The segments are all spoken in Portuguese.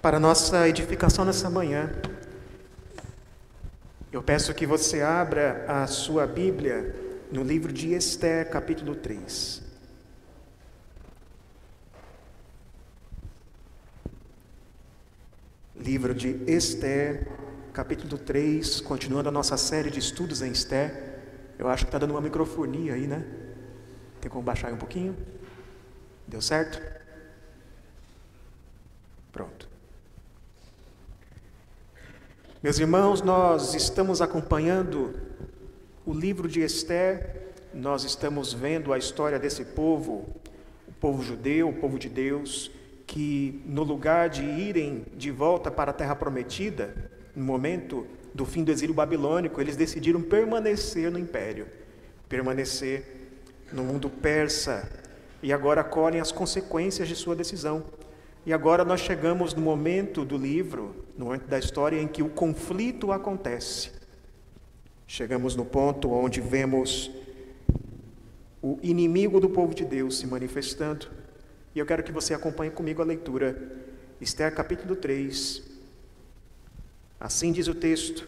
Para nossa edificação nessa manhã, eu peço que você abra a sua Bíblia no livro de Esther, capítulo 3. Livro de Esther, capítulo 3, continuando a nossa série de estudos em Esther. Eu acho que está dando uma microfonia aí, né? Tem como baixar aí um pouquinho? Deu certo? Pronto. Meus irmãos, nós estamos acompanhando o livro de Esther, nós estamos vendo a história desse povo, o povo judeu, o povo de Deus, que no lugar de irem de volta para a Terra Prometida, no momento do fim do exílio babilônico, eles decidiram permanecer no império, permanecer no mundo persa, e agora colhem as consequências de sua decisão. E agora nós chegamos no momento do livro, no momento da história em que o conflito acontece. Chegamos no ponto onde vemos o inimigo do povo de Deus se manifestando. E eu quero que você acompanhe comigo a leitura. Esther capítulo 3. Assim diz o texto.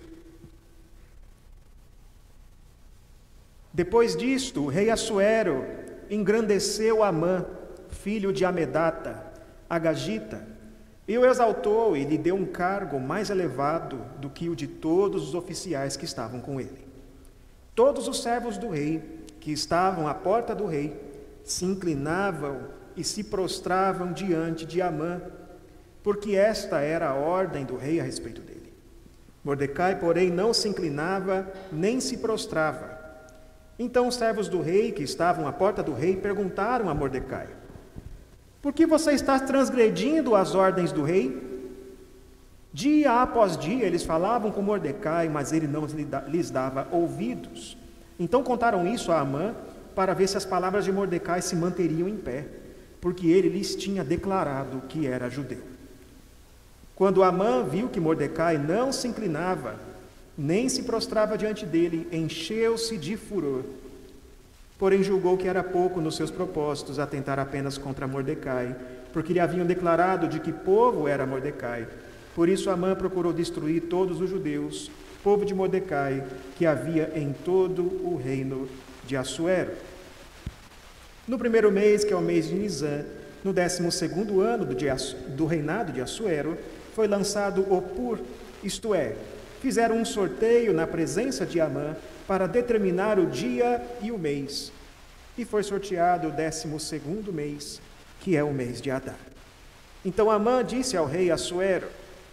Depois disto, o rei Assuero engrandeceu Amã, filho de Amedata, Agagita, e o exaltou e lhe deu um cargo mais elevado do que o de todos os oficiais que estavam com ele. Todos os servos do rei, que estavam à porta do rei, se inclinavam e se prostravam diante de Amã, porque esta era a ordem do rei a respeito dele. Mordecai, porém, não se inclinava nem se prostrava. Então os servos do rei, que estavam à porta do rei, perguntaram a Mordecai: por que você está transgredindo as ordens do rei? Dia após dia eles falavam com Mordecai, mas ele não lhes dava ouvidos. Então contaram isso a Amã, para ver se as palavras de Mordecai se manteriam em pé, porque ele lhes tinha declarado que era judeu. Quando Amã viu que Mordecai não se inclinava, nem se prostrava diante dele, encheu-se de furor. Porém julgou que era pouco nos seus propósitos atentar apenas contra Mordecai, porque lhe haviam declarado de que povo era Mordecai. Por isso Amã procurou destruir todos os judeus, povo de Mordecai, que havia em todo o reino de Assuero. No primeiro mês, que é o mês de Nisã, no 12º ano do reinado de Assuero, foi lançado o Pur, isto é, fizeram um sorteio na presença de Amã para determinar o dia e o mês. E foi sorteado o 12º mês, que é o mês de Adar. Então Amã disse ao rei Assuero: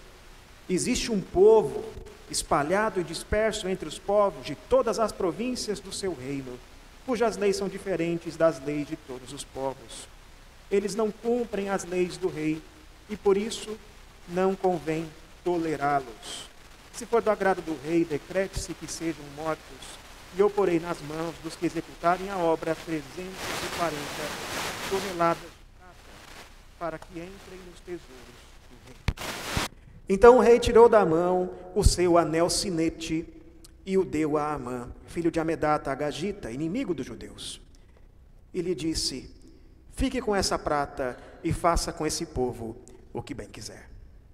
existe um povo espalhado e disperso entre os povos de todas as províncias do seu reino, cujas leis são diferentes das leis de todos os povos. Eles não cumprem as leis do rei, e por isso não convém tolerá-los. Se for do agrado do rei, decrete-se que sejam mortos, e eu porei nas mãos dos que executarem a obra 340 toneladas de prata, para que entrem nos tesouros do rei. Então o rei tirou da mão o seu anel sinete e o deu a Amã, filho de Amedata, Agagita, inimigo dos judeus. E lhe disse: fique com essa prata e faça com esse povo o que bem quiser.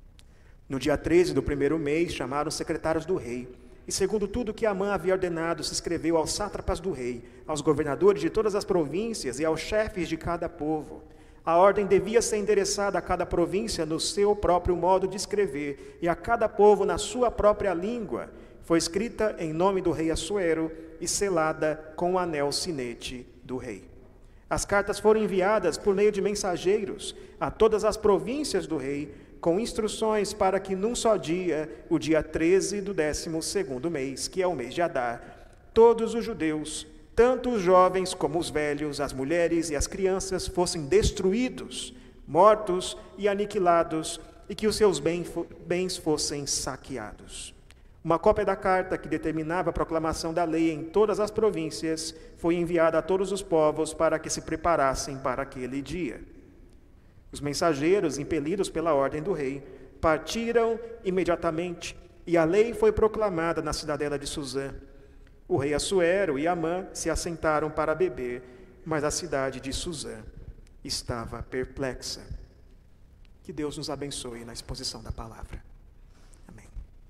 No dia 13 do primeiro mês, chamaram os secretários do rei, e segundo tudo que Amã havia ordenado, se escreveu aos sátrapas do rei, aos governadores de todas as províncias e aos chefes de cada povo. A ordem devia ser endereçada a cada província no seu próprio modo de escrever, e a cada povo na sua própria língua. Foi escrita em nome do rei Assuero e selada com o anel sinete do rei. As cartas foram enviadas por meio de mensageiros a todas as províncias do rei, com instruções para que num só dia, o dia 13 do 12º mês, que é o mês de Adar, todos os judeus, tanto os jovens como os velhos, as mulheres e as crianças, fossem destruídos, mortos e aniquilados, e que os seus bens fossem saqueados. Uma cópia da carta que determinava a proclamação da lei em todas as províncias foi enviada a todos os povos para que se preparassem para aquele dia. Os mensageiros, impelidos pela ordem do rei, partiram imediatamente, e a lei foi proclamada na cidadela de Suzã. O rei Assuero e Amã se assentaram para beber, mas a cidade de Suzã estava perplexa. Que Deus nos abençoe na exposição da palavra. Amém.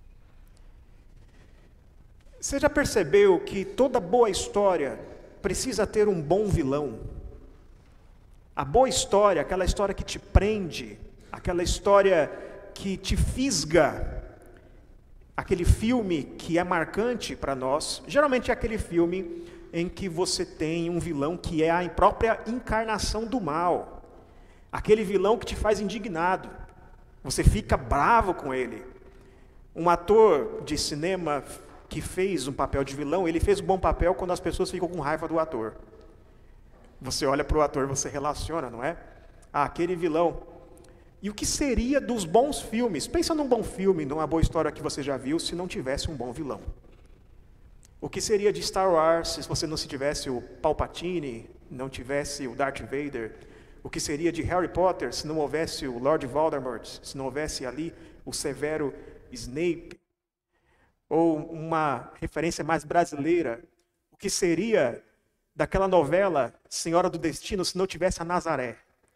Você já percebeu que toda boa história precisa ter um bom vilão? A boa história, aquela história que te prende, aquela história que te fisga, aquele filme que é marcante para nós, geralmente é aquele filme em que você tem um vilão que é a própria encarnação do mal. Aquele vilão que te faz indignado. Você fica bravo com ele. Um ator de cinema que fez um papel de vilão, ele fez um bom papel quando as pessoas ficam com raiva do ator. Você olha para o ator, você relaciona, não é? Ah, aquele vilão. E o que seria dos bons filmes? Pensa num bom filme, numa boa história que você já viu, se não tivesse um bom vilão. O que seria de Star Wars se você não tivesse o Palpatine, não tivesse o Darth Vader? O que seria de Harry Potter se não houvesse o Lord Voldemort, se não houvesse ali o severo Snape? Ou uma referência mais brasileira, o que seria daquela novela Senhora do Destino se não tivesse a Nazaré?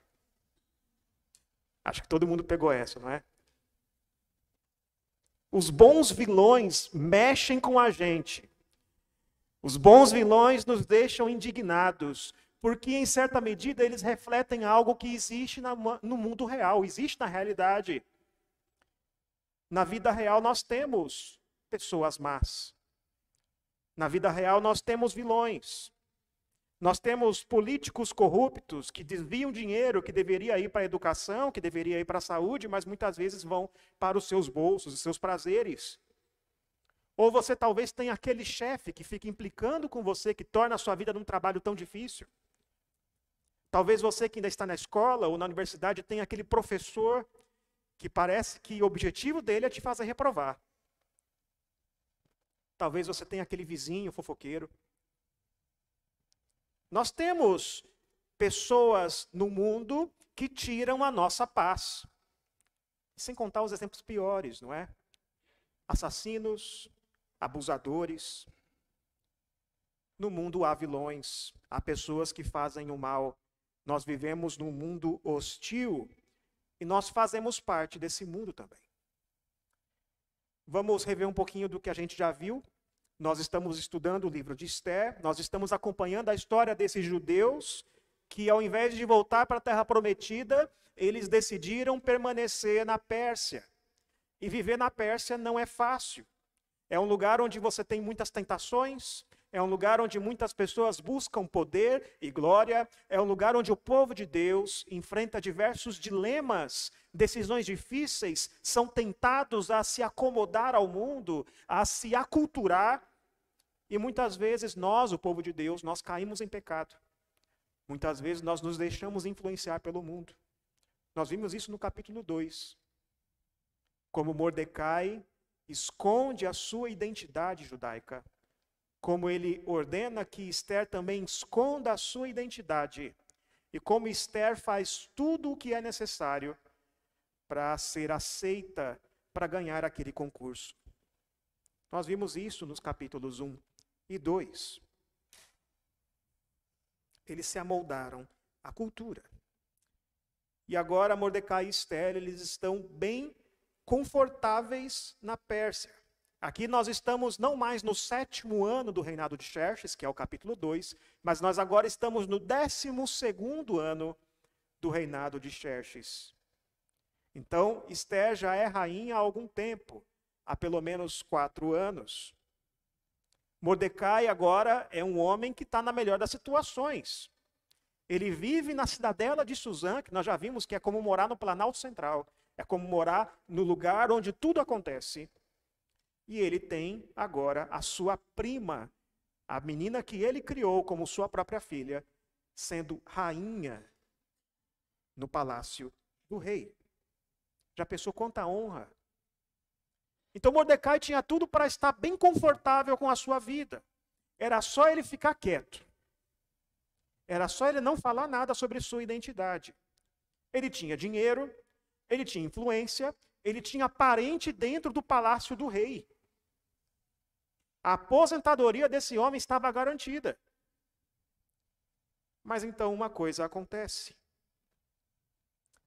Acho que todo mundo pegou essa, não é? Os bons vilões mexem com a gente. Os bons vilões nos deixam indignados, porque em certa medida eles refletem algo que existe no mundo real, existe na realidade. Na vida real nós temos pessoas más. Na vida real nós temos vilões. Nós temos políticos corruptos que desviam dinheiro que deveria ir para a educação, que deveria ir para a saúde, mas muitas vezes vão para os seus bolsos, os seus prazeres. Ou você talvez tenha aquele chefe que fica implicando com você, que torna a sua vida num trabalho tão difícil. Talvez você que ainda está na escola ou na universidade tenha aquele professor que parece que o objetivo dele é te fazer reprovar. Talvez você tenha aquele vizinho fofoqueiro. Nós temos pessoas no mundo que tiram a nossa paz. Sem contar os exemplos piores, não é? Assassinos, abusadores. No mundo há vilões, há pessoas que fazem o mal. Nós vivemos num mundo hostil e nós fazemos parte desse mundo também. Vamos rever um pouquinho do que a gente já viu. Nós estamos estudando o livro de Esther, nós estamos acompanhando a história desses judeus que, ao invés de voltar para a Terra Prometida, eles decidiram permanecer na Pérsia. E viver na Pérsia não é fácil. É um lugar onde você tem muitas tentações, é um lugar onde muitas pessoas buscam poder e glória, é um lugar onde o povo de Deus enfrenta diversos dilemas, decisões difíceis, são tentados a se acomodar ao mundo, a se aculturar, e muitas vezes nós, o povo de Deus, nós caímos em pecado. Muitas vezes nós nos deixamos influenciar pelo mundo. Nós vimos isso no capítulo 2. Como Mordecai esconde a sua identidade judaica, como ele ordena que Esther também esconda a sua identidade, e como Esther faz tudo o que é necessário para ser aceita, para ganhar aquele concurso. Nós vimos isso nos capítulos 1 e 2. Eles se amoldaram à cultura. E agora Mordecai e Esther, eles estão bem confortáveis na Pérsia. Aqui nós estamos não mais no 7º ano do reinado de Xerxes, que é o capítulo 2, mas nós agora estamos no 12º ano do reinado de Xerxes. Então, Esther já é rainha há algum tempo, há pelo menos 4 anos. Mordecai agora é um homem que está na melhor das situações. Ele vive na cidadela de Suzã, que nós já vimos que é como morar no Planalto Central, é como morar no lugar onde tudo acontece. E ele tem agora a sua prima, a menina que ele criou como sua própria filha, sendo rainha no palácio do rei. Já pensou quanta honra? Então Mordecai tinha tudo para estar bem confortável com a sua vida. Era só ele ficar quieto. Era só ele não falar nada sobre sua identidade. Ele tinha dinheiro, ele tinha influência, ele tinha parente dentro do palácio do rei. A aposentadoria desse homem estava garantida. Mas então uma coisa acontece.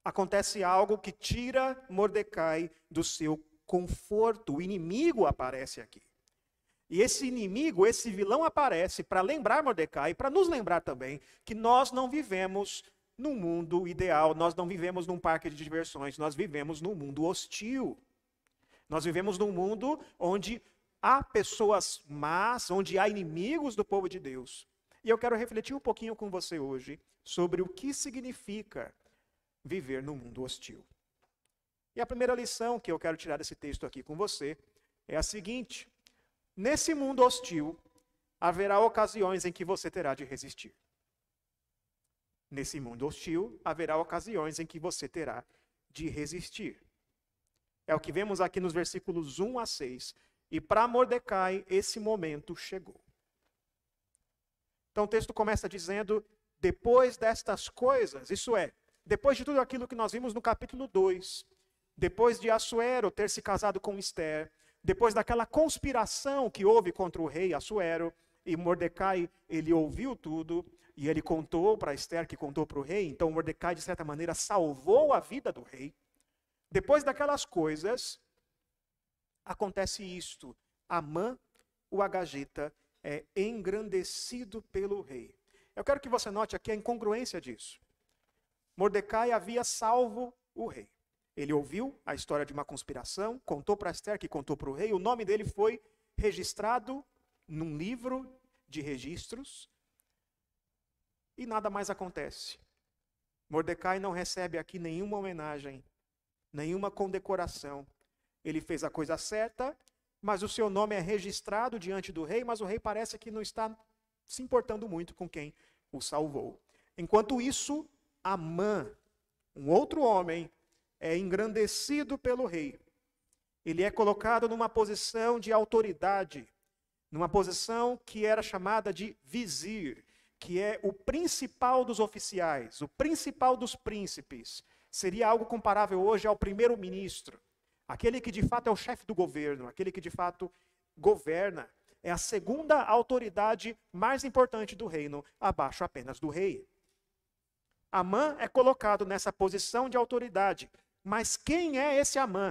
Acontece algo que tira Mordecai do seu conforto. O inimigo aparece aqui. E esse inimigo, esse vilão aparece para lembrar Mordecai, para nos lembrar também que nós não vivemos num mundo ideal, nós não vivemos num parque de diversões, nós vivemos num mundo hostil. Nós vivemos num mundo onde há pessoas más, onde há inimigos do povo de Deus. E eu quero refletir um pouquinho com você hoje sobre o que significa viver num mundo hostil. E a primeira lição que eu quero tirar desse texto aqui com você é a seguinte: nesse mundo hostil, haverá ocasiões em que você terá de resistir. Nesse mundo hostil, haverá ocasiões em que você terá de resistir. É o que vemos aqui nos versículos 1 a 6. E para Mordecai, esse momento chegou. Então o texto começa dizendo: depois destas coisas, isso é, depois de tudo aquilo que nós vimos no capítulo 2, depois de Assuero ter se casado com Ester, depois daquela conspiração que houve contra o rei Assuero, e Mordecai, ele ouviu tudo, e ele contou para Ester, que contou para o rei, então Mordecai, de certa maneira, salvou a vida do rei. Depois daquelas coisas, acontece isto: Amã, o agagita, é engrandecido pelo rei. Eu quero que você note aqui a incongruência disso. Mordecai havia salvo o rei. Ele ouviu a história de uma conspiração, contou para Ester, que contou para o rei, o nome dele foi registrado num livro de registros, e nada mais acontece. Mordecai não recebe aqui nenhuma homenagem, nenhuma condecoração. Ele fez a coisa certa, mas o seu nome é registrado diante do rei, mas o rei parece que não está se importando muito com quem o salvou. Enquanto isso, Amã, um outro homem, é engrandecido pelo rei. Ele é colocado numa posição de autoridade, numa posição que era chamada de vizir, que é o principal dos oficiais, o principal dos príncipes. Seria algo comparável hoje ao primeiro-ministro, aquele que de fato é o chefe do governo, aquele que de fato governa. É a segunda autoridade mais importante do reino, abaixo apenas do rei. Amã é colocado nessa posição de autoridade. Mas quem é esse Amã?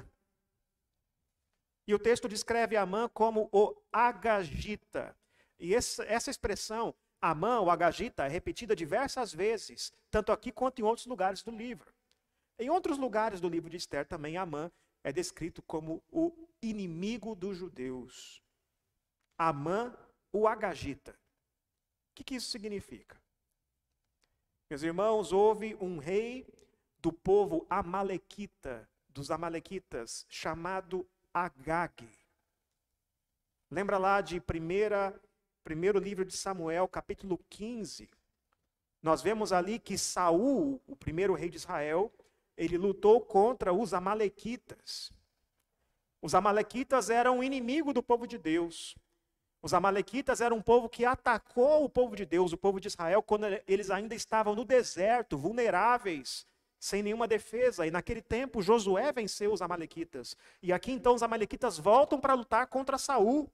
E o texto descreve Amã como o agagita. E essa expressão, Amã, o agagita, é repetida diversas vezes, tanto aqui quanto em outros lugares do livro. Em outros lugares do livro de Ester também Amã é descrito como o inimigo dos judeus. Amã, o agagita. O que isso significa? Meus irmãos, houve um rei do povo amalequita, dos amalequitas, chamado Agag. Lembra lá de primeiro livro de Samuel, capítulo 15. Nós vemos ali que Saul, o primeiro rei de Israel, ele lutou contra os amalequitas. Os amalequitas eram o inimigo do povo de Deus. Os amalequitas eram um povo que atacou o povo de Deus, o povo de Israel, quando eles ainda estavam no deserto, vulneráveis, sem nenhuma defesa. E naquele tempo Josué venceu os amalequitas. E aqui então os amalequitas voltam para lutar contra Saul.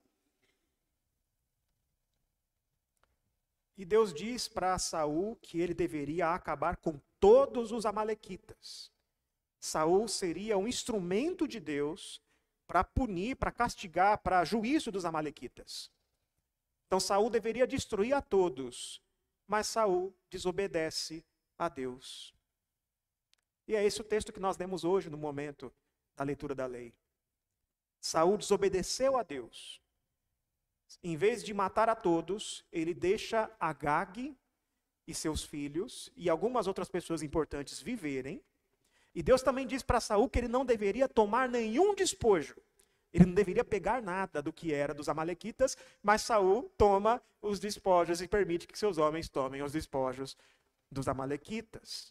E Deus diz para Saul que ele deveria acabar com todos os amalequitas. Saul seria um instrumento de Deus para punir, para castigar, para juízo dos amalequitas. Então Saul deveria destruir a todos, mas Saul desobedece a Deus. E é esse o texto que nós lemos hoje no momento da leitura da lei. Saul desobedeceu a Deus. Em vez de matar a todos, ele deixa Agag e seus filhos e algumas outras pessoas importantes viverem. E Deus também diz para Saul que ele não deveria tomar nenhum despojo. Ele não deveria pegar nada do que era dos amalequitas, mas Saul toma os despojos e permite que seus homens tomem os despojos dos amalequitas.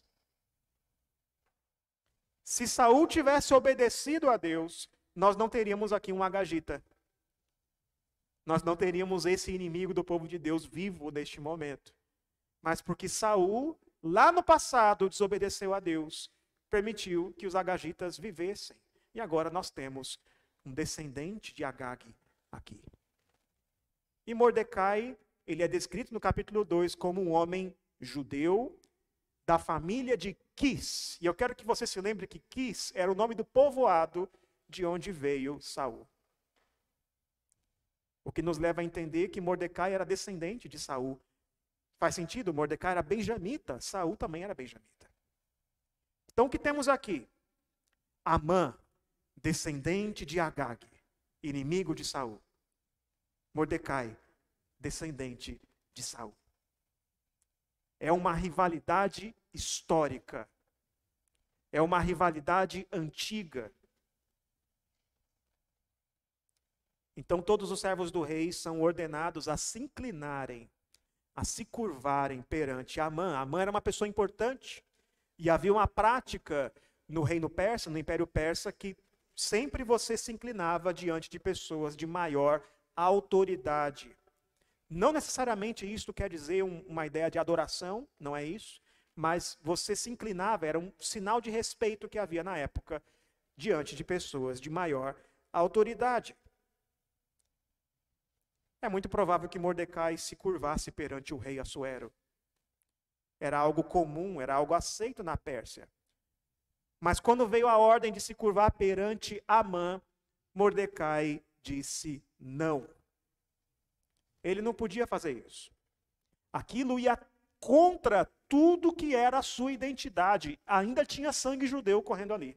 Se Saul tivesse obedecido a Deus, nós não teríamos aqui um agagita. Nós não teríamos esse inimigo do povo de Deus vivo neste momento. Mas porque Saul, lá no passado, desobedeceu a Deus, permitiu que os agagitas vivessem. E agora nós temos um descendente de Agag aqui. E Mordecai, ele é descrito no capítulo 2 como um homem judeu, da família de Quis. E eu quero que você se lembre que Quis era o nome do povoado de onde veio Saul. O que nos leva a entender que Mordecai era descendente de Saul. Faz sentido? Mordecai era benjamita, Saul também era benjamita. Então o que temos aqui? Amã, descendente de Agag, inimigo de Saul. Mordecai, descendente de Saul. É uma rivalidade histórica. É uma rivalidade antiga. Então todos os servos do rei são ordenados a se inclinarem, a se curvarem perante Amã. Amã era uma pessoa importante. E havia uma prática no reino persa, no Império Persa, que sempre você se inclinava diante de pessoas de maior autoridade. Não necessariamente isso quer dizer uma ideia de adoração, não é isso, mas você se inclinava, era um sinal de respeito que havia na época diante de pessoas de maior autoridade. É muito provável que Mordecai se curvasse perante o rei Assuero. Era algo comum, era algo aceito na Pérsia. Mas quando veio a ordem de se curvar perante Amã, Mordecai disse não. Ele não podia fazer isso. Aquilo ia contra tudo que era a sua identidade. Ainda tinha sangue judeu correndo ali.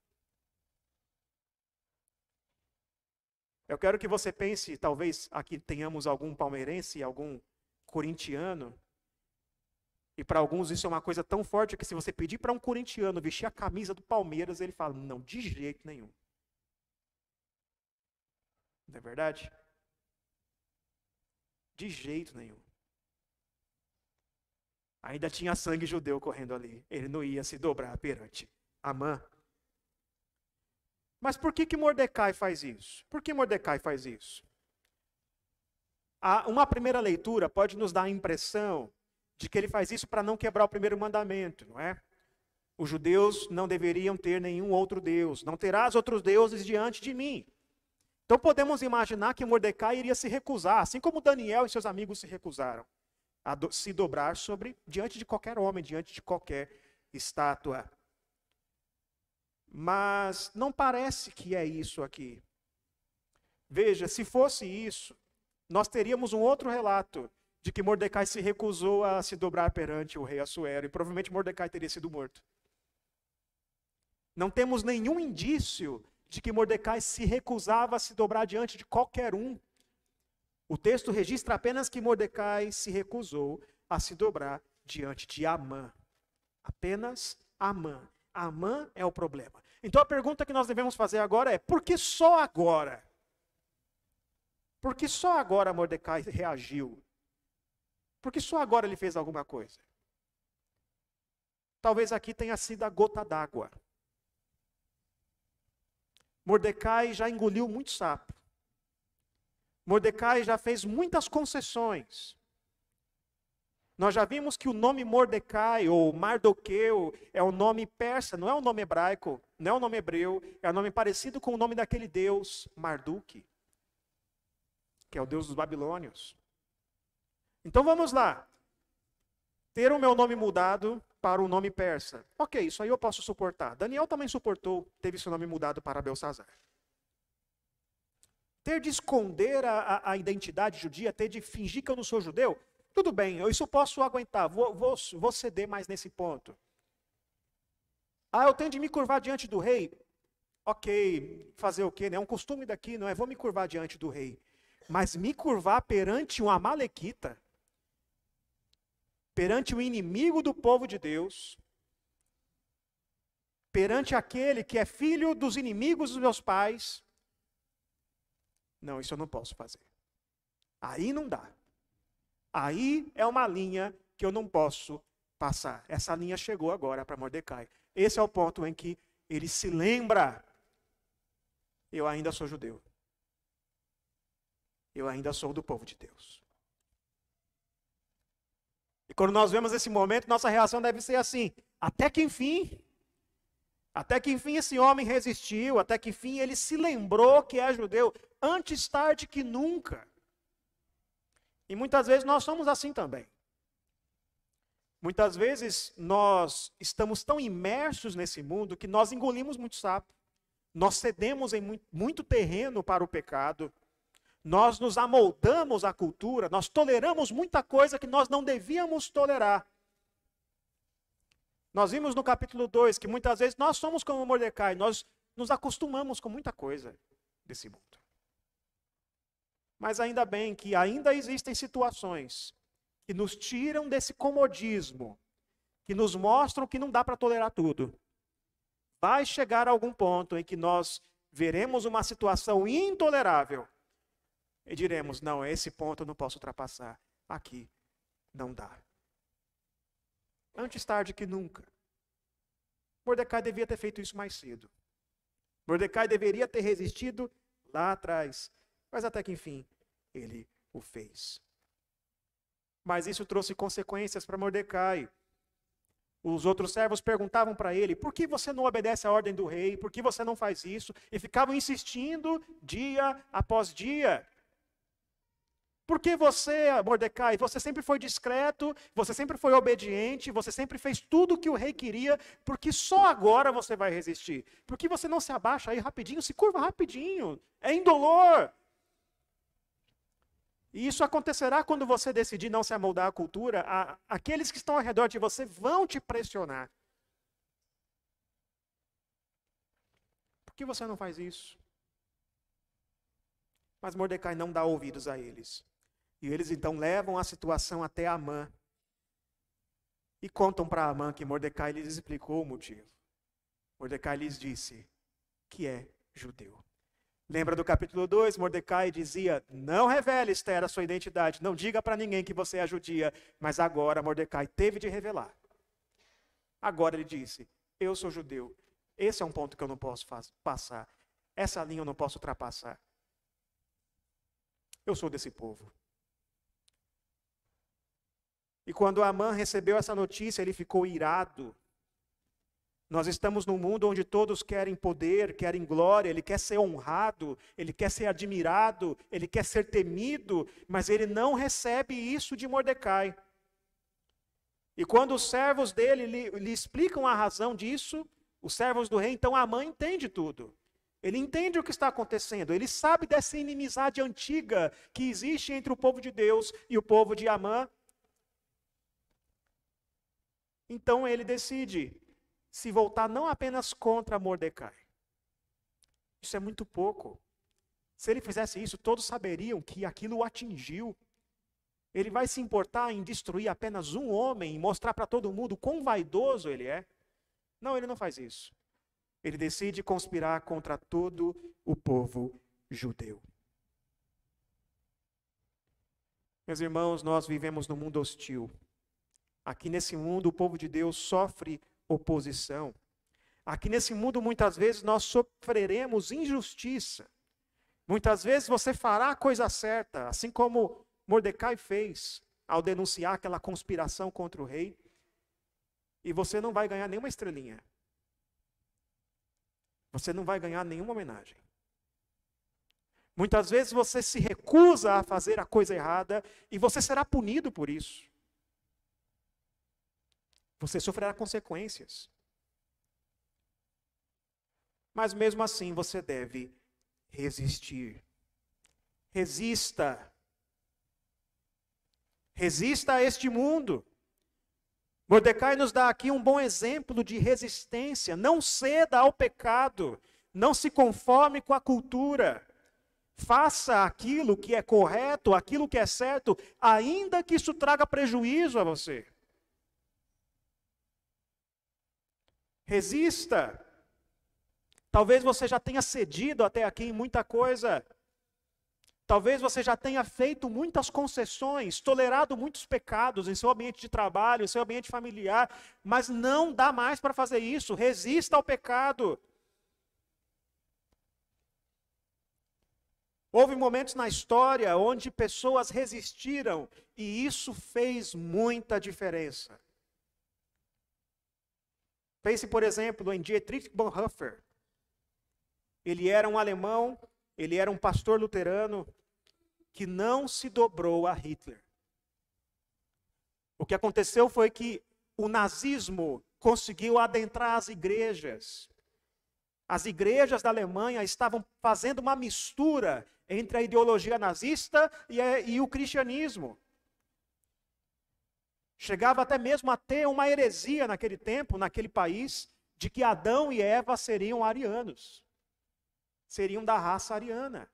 Eu quero que você pense, talvez aqui tenhamos algum palmeirense, algum corintiano. E para alguns isso é uma coisa tão forte que se você pedir para um corintiano vestir a camisa do Palmeiras, ele fala, não, de jeito nenhum. Não é verdade? De jeito nenhum. Ainda tinha sangue judeu correndo ali. Ele não ia se dobrar perante Amã. Mas por que Mordecai faz isso? Por que Mordecai faz isso? Uma primeira leitura pode nos dar a impressão de que ele faz isso para não quebrar o primeiro mandamento, não é? Os judeus não deveriam ter nenhum outro Deus. Não terás outros deuses diante de mim. Então podemos imaginar que Mordecai iria se recusar, assim como Daniel e seus amigos se recusaram, a se dobrar diante de qualquer homem, diante de qualquer estátua. Mas não parece que é isso aqui. Veja, se fosse isso, nós teríamos um outro relato de que Mordecai se recusou a se dobrar perante o rei Assuero, e provavelmente Mordecai teria sido morto. Não temos nenhum indício de que Mordecai se recusava a se dobrar diante de qualquer um. O texto registra apenas que Mordecai se recusou a se dobrar diante de Amã. Apenas Amã. Amã é o problema. Então a pergunta que nós devemos fazer agora é, por que só agora? Por que só agora Mordecai reagiu? Por que só agora ele fez alguma coisa? Talvez aqui tenha sido a gota d'água. Mordecai já engoliu muito sapo. Mordecai já fez muitas concessões. Nós já vimos que o nome Mordecai, ou Mardoqueu, é um nome persa, não é um nome hebraico, não é um nome hebreu, é um nome parecido com o nome daquele deus Marduk, que é o deus dos babilônios. Então vamos lá. Ter o meu nome mudado para o nome persa. Ok, isso aí eu posso suportar. Daniel também suportou, teve seu nome mudado para Belsazar. Ter de esconder a identidade judia, ter de fingir que eu não sou judeu, tudo bem, isso eu posso aguentar, vou ceder mais nesse ponto. Eu tenho de me curvar diante do rei. Ok, fazer o quê? É um costume daqui, não é? Vou me curvar diante do rei. Mas me curvar perante um amalequita, perante o inimigo do povo de Deus, perante aquele que é filho dos inimigos dos meus pais, não, isso eu não posso fazer. Aí não dá. Aí é uma linha que eu não posso passar. Essa linha chegou agora para Mordecai. Esse é o ponto em que ele se lembra, eu ainda sou judeu. Eu ainda sou do povo de Deus. E quando nós vemos esse momento, nossa reação deve ser assim, até que enfim esse homem resistiu, até que enfim ele se lembrou que é judeu, antes tarde que nunca. E muitas vezes nós somos assim também. Muitas vezes nós estamos tão imersos nesse mundo que nós engolimos muito sapo. Nós cedemos em muito terreno para o pecado. Nós nos amoldamos à cultura, nós toleramos muita coisa que nós não devíamos tolerar. Nós vimos no capítulo 2 que muitas vezes nós somos como Mordecai, nós nos acostumamos com muita coisa desse mundo. Mas ainda bem que ainda existem situações que nos tiram desse comodismo, que nos mostram que não dá para tolerar tudo. Vai chegar algum ponto em que nós veremos uma situação intolerável e diremos, não, esse ponto eu não posso ultrapassar. Aqui não dá. Antes tarde que nunca. Mordecai devia ter feito isso mais cedo. Mordecai deveria ter resistido lá atrás. Mas até que enfim, ele o fez. Mas isso trouxe consequências para Mordecai. Os outros servos perguntavam para ele, por que você não obedece à ordem do rei? Por que você não faz isso? E ficavam insistindo dia após dia. Por que você, Mordecai, você sempre foi discreto, você sempre foi obediente, você sempre fez tudo o que o rei queria, porque só agora você vai resistir? Por que você não se abaixa aí rapidinho, se curva rapidinho? É indolor. E isso acontecerá quando você decidir não se amoldar à cultura. Aqueles que estão ao redor de você vão te pressionar. Por que você não faz isso? Mas Mordecai não dá ouvidos a eles. E eles então levam a situação até Amã. E contam para Amã que Mordecai lhes explicou o motivo. Mordecai lhes disse que é judeu. Lembra do capítulo 2? Mordecai dizia, não revele, Esther, a sua identidade. Não diga para ninguém que você é judia. Mas agora Mordecai teve de revelar. Agora ele disse, eu sou judeu. Esse é um ponto que eu não posso passar. Essa linha eu não posso ultrapassar. Eu sou desse povo. E quando Amã recebeu essa notícia, ele ficou irado. Nós estamos num mundo onde todos querem poder, querem glória, ele quer ser honrado, ele quer ser admirado, ele quer ser temido, mas ele não recebe isso de Mordecai. E quando os servos dele lhe explicam a razão disso, os servos do rei, então Amã entende tudo. Ele entende o que está acontecendo, ele sabe dessa inimizade antiga que existe entre o povo de Deus e o povo de Amã. Então ele decide se voltar não apenas contra Mordecai. Isso é muito pouco. Se ele fizesse isso, todos saberiam que aquilo o atingiu. Ele vai se importar em destruir apenas um homem e mostrar para todo mundo quão vaidoso ele é? Não, ele não faz isso. Ele decide conspirar contra todo o povo judeu. Meus irmãos, nós vivemos num mundo hostil. Aqui nesse mundo, o povo de Deus sofre oposição. Aqui nesse mundo, muitas vezes, nós sofreremos injustiça. Muitas vezes você fará a coisa certa, assim como Mordecai fez ao denunciar aquela conspiração contra o rei, e você não vai ganhar nenhuma estrelinha. Você não vai ganhar nenhuma homenagem. Muitas vezes você se recusa a fazer a coisa errada e você será punido por isso. Você sofrerá consequências. Mas mesmo assim você deve resistir. Resista. Resista a este mundo. Mordecai nos dá aqui um bom exemplo de resistência. Não ceda ao pecado. Não se conforme com a cultura. Faça aquilo que é correto, aquilo que é certo, ainda que isso traga prejuízo a você. Resista. Talvez você já tenha cedido até aqui em muita coisa. Talvez você já tenha feito muitas concessões, tolerado muitos pecados em seu ambiente de trabalho, em seu ambiente familiar, mas não dá mais para fazer isso. Resista ao pecado. Houve momentos na história onde pessoas resistiram e isso fez muita diferença. Pense, por exemplo, em Dietrich Bonhoeffer. Ele era um alemão, ele era um pastor luterano que não se dobrou a Hitler. O que aconteceu foi que o nazismo conseguiu adentrar as igrejas. As igrejas da Alemanha estavam fazendo uma mistura entre a ideologia nazista e o cristianismo. Chegava até mesmo a ter uma heresia naquele tempo, naquele país, de que Adão e Eva seriam arianos. Seriam da raça ariana.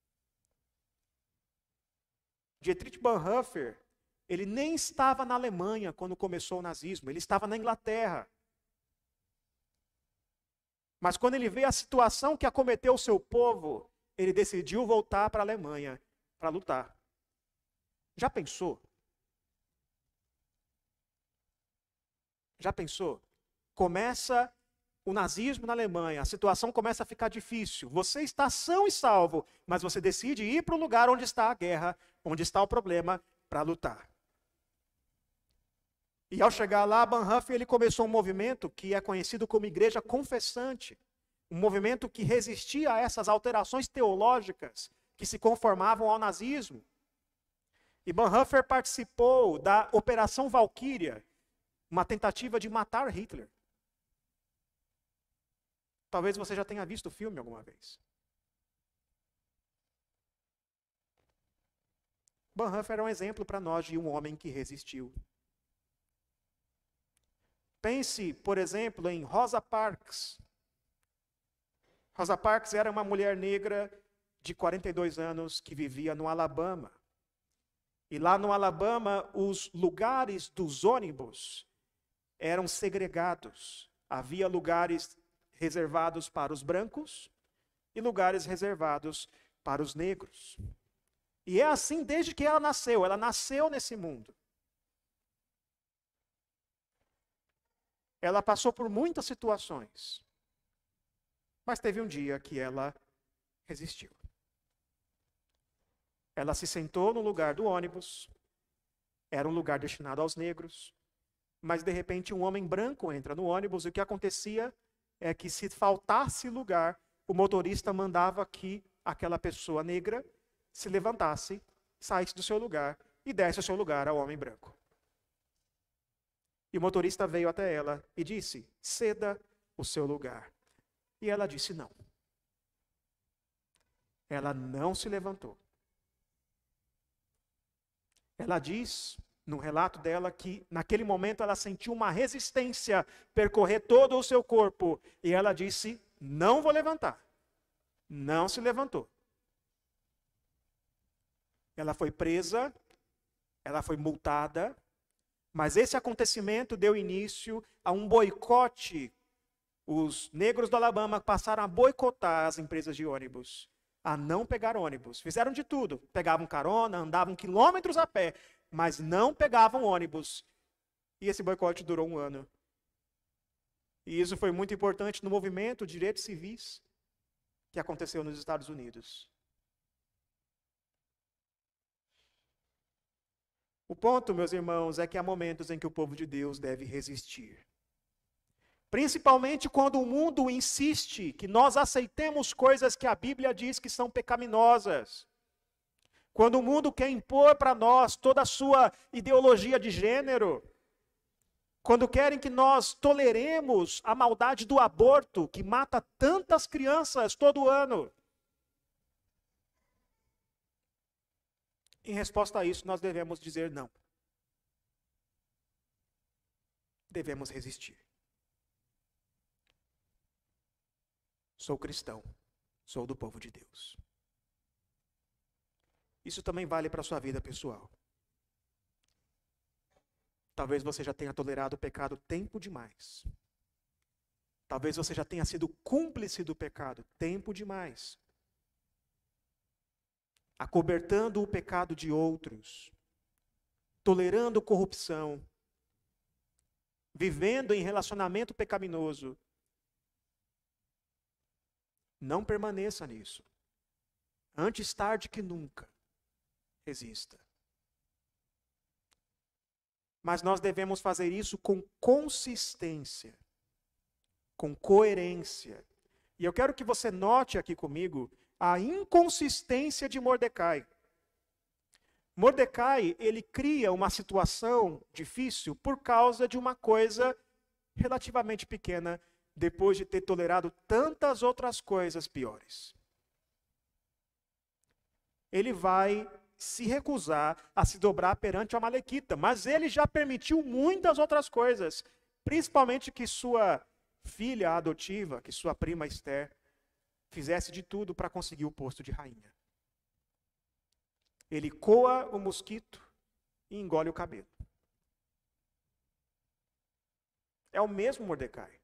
Dietrich Bonhoeffer, ele nem estava na Alemanha quando começou o nazismo, ele estava na Inglaterra. Mas quando ele vê a situação que acometeu o seu povo, ele decidiu voltar para a Alemanha para lutar. Já pensou? Já pensou? Começa o nazismo na Alemanha, a situação começa a ficar difícil. Você está são e salvo, mas você decide ir para o lugar onde está a guerra, onde está o problema, para lutar. E ao chegar lá, Bonhoeffer ele começou um movimento que é conhecido como Igreja Confessante. Um movimento que resistia a essas alterações teológicas que se conformavam ao nazismo. E Bonhoeffer participou da Operação Valquíria, uma tentativa de matar Hitler. Talvez você já tenha visto o filme alguma vez. Bonhoeffer é um exemplo para nós de um homem que resistiu. Pense, por exemplo, em Rosa Parks. Rosa Parks era uma mulher negra de 42 anos que vivia no Alabama. E lá no Alabama, os lugares dos ônibus eram segregados. Havia lugares reservados para os brancos e lugares reservados para os negros. E é assim desde que ela nasceu nesse mundo. Ela passou por muitas situações, mas teve um dia que ela resistiu. Ela se sentou no lugar do ônibus, era um lugar destinado aos negros, mas de repente um homem branco entra no ônibus e o que acontecia é que se faltasse lugar, o motorista mandava que aquela pessoa negra se levantasse, saísse do seu lugar e desse o seu lugar ao homem branco. E o motorista veio até ela e disse: ceda o seu lugar. E ela disse não. Ela não se levantou. Ela diz, no relato dela, que naquele momento ela sentiu uma resistência percorrer todo o seu corpo. E ela disse: não vou levantar. Não se levantou. Ela foi presa, ela foi multada, mas esse acontecimento deu início a um boicote. Os negros do Alabama passaram a boicotar as empresas de ônibus, a não pegar ônibus. Fizeram de tudo. Pegavam carona, andavam quilômetros a pé, mas não pegavam ônibus. E esse boicote durou 1 ano. E isso foi muito importante no movimento de direitos civis que aconteceu nos Estados Unidos. O ponto, meus irmãos, é que há momentos em que o povo de Deus deve resistir. Principalmente quando o mundo insiste que nós aceitemos coisas que a Bíblia diz que são pecaminosas. Quando o mundo quer impor para nós toda a sua ideologia de gênero. Quando querem que nós toleremos a maldade do aborto, que mata tantas crianças todo ano. Em resposta a isso, nós devemos dizer não. Devemos resistir. Sou cristão, sou do povo de Deus. Isso também vale para a sua vida pessoal. Talvez você já tenha tolerado o pecado tempo demais. Talvez você já tenha sido cúmplice do pecado tempo demais. Acobertando o pecado de outros, tolerando corrupção, vivendo em relacionamento pecaminoso. Não permaneça nisso. Antes tarde que nunca, resista. Mas nós devemos fazer isso com consistência, com coerência. E eu quero que você note aqui comigo a inconsistência de Mordecai. Mordecai, ele cria uma situação difícil por causa de uma coisa relativamente pequena, depois de ter tolerado tantas outras coisas piores. Ele vai se recusar a se dobrar perante a Amalequita, mas ele já permitiu muitas outras coisas, principalmente que sua filha adotiva, que sua prima Esther, fizesse de tudo para conseguir o posto de rainha. Ele coa o mosquito e engole o cabelo. É o mesmo Mordecai.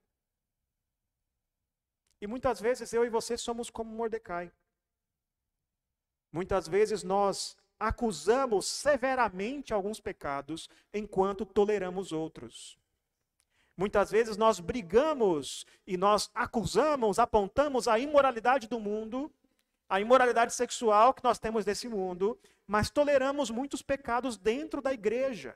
E muitas vezes eu e você somos como Mordecai. Muitas vezes nós acusamos severamente alguns pecados enquanto toleramos outros. Muitas vezes nós brigamos e nós acusamos, apontamos a imoralidade do mundo, a imoralidade sexual que nós temos desse mundo, mas toleramos muitos pecados dentro da igreja.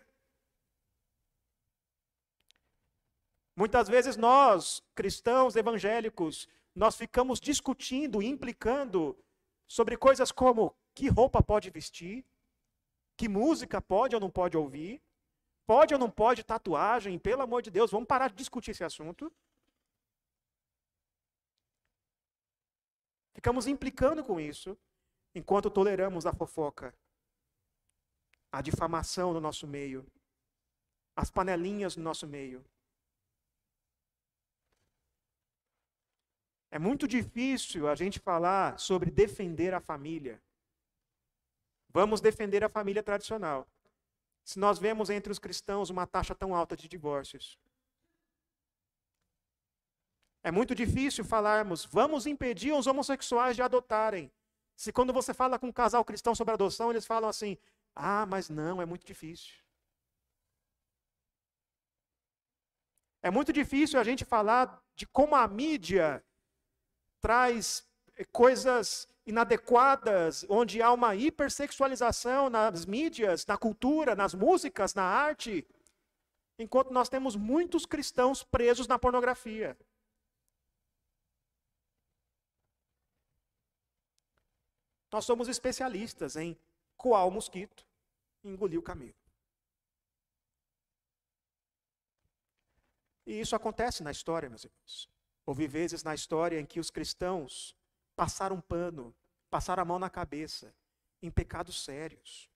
Muitas vezes nós, cristãos evangélicos, nós ficamos discutindo, implicando sobre coisas como que roupa pode vestir, que música pode ou não pode ouvir, pode ou não pode tatuagem, pelo amor de Deus, vamos parar de discutir esse assunto. Ficamos implicando com isso, enquanto toleramos a fofoca, a difamação no nosso meio, as panelinhas no nosso meio. É muito difícil a gente falar sobre defender a família. Vamos defender a família tradicional. Se nós vemos entre os cristãos uma taxa tão alta de divórcios. É muito difícil falarmos, vamos impedir os homossexuais de adotarem. Se quando você fala com um casal cristão sobre adoção, eles falam assim, mas não, é muito difícil. É muito difícil a gente falar de como a mídia traz coisas inadequadas, onde há uma hipersexualização nas mídias, na cultura, nas músicas, na arte, enquanto nós temos muitos cristãos presos na pornografia. Nós somos especialistas em coar o mosquito e engolir o camelo. E isso acontece na história, meus irmãos. Houve vezes na história em que os cristãos passaram pano, passaram a mão na cabeça, em pecados sérios.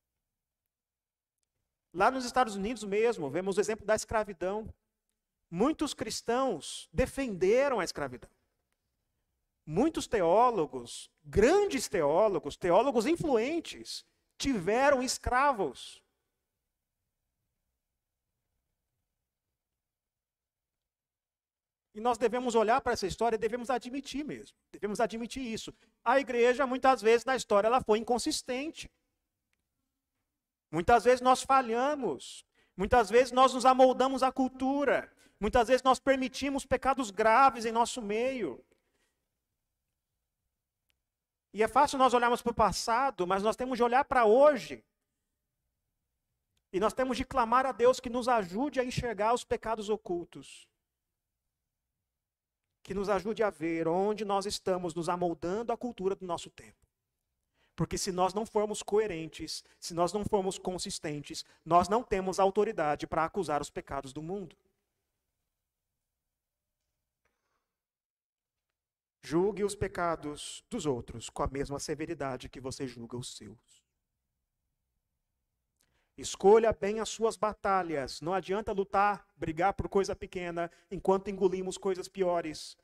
Lá nos Estados Unidos mesmo, vemos o exemplo da escravidão. Muitos cristãos defenderam a escravidão. Muitos teólogos, grandes teólogos, teólogos influentes, tiveram escravos. E nós devemos olhar para essa história e devemos admitir mesmo. Devemos admitir isso. A igreja, muitas vezes, na história, ela foi inconsistente. Muitas vezes nós falhamos. Muitas vezes nós nos amoldamos à cultura. Muitas vezes nós permitimos pecados graves em nosso meio. E é fácil nós olharmos para o passado, mas nós temos de olhar para hoje. E nós temos de clamar a Deus que nos ajude a enxergar os pecados ocultos. Que nos ajude a ver onde nós estamos nos amoldando à cultura do nosso tempo. Porque se nós não formos coerentes, se nós não formos consistentes, nós não temos autoridade para acusar os pecados do mundo. Julgue os pecados dos outros com a mesma severidade que você julga os seus. Escolha bem as suas batalhas. Não adianta lutar, brigar por coisa pequena, enquanto engolimos coisas piores.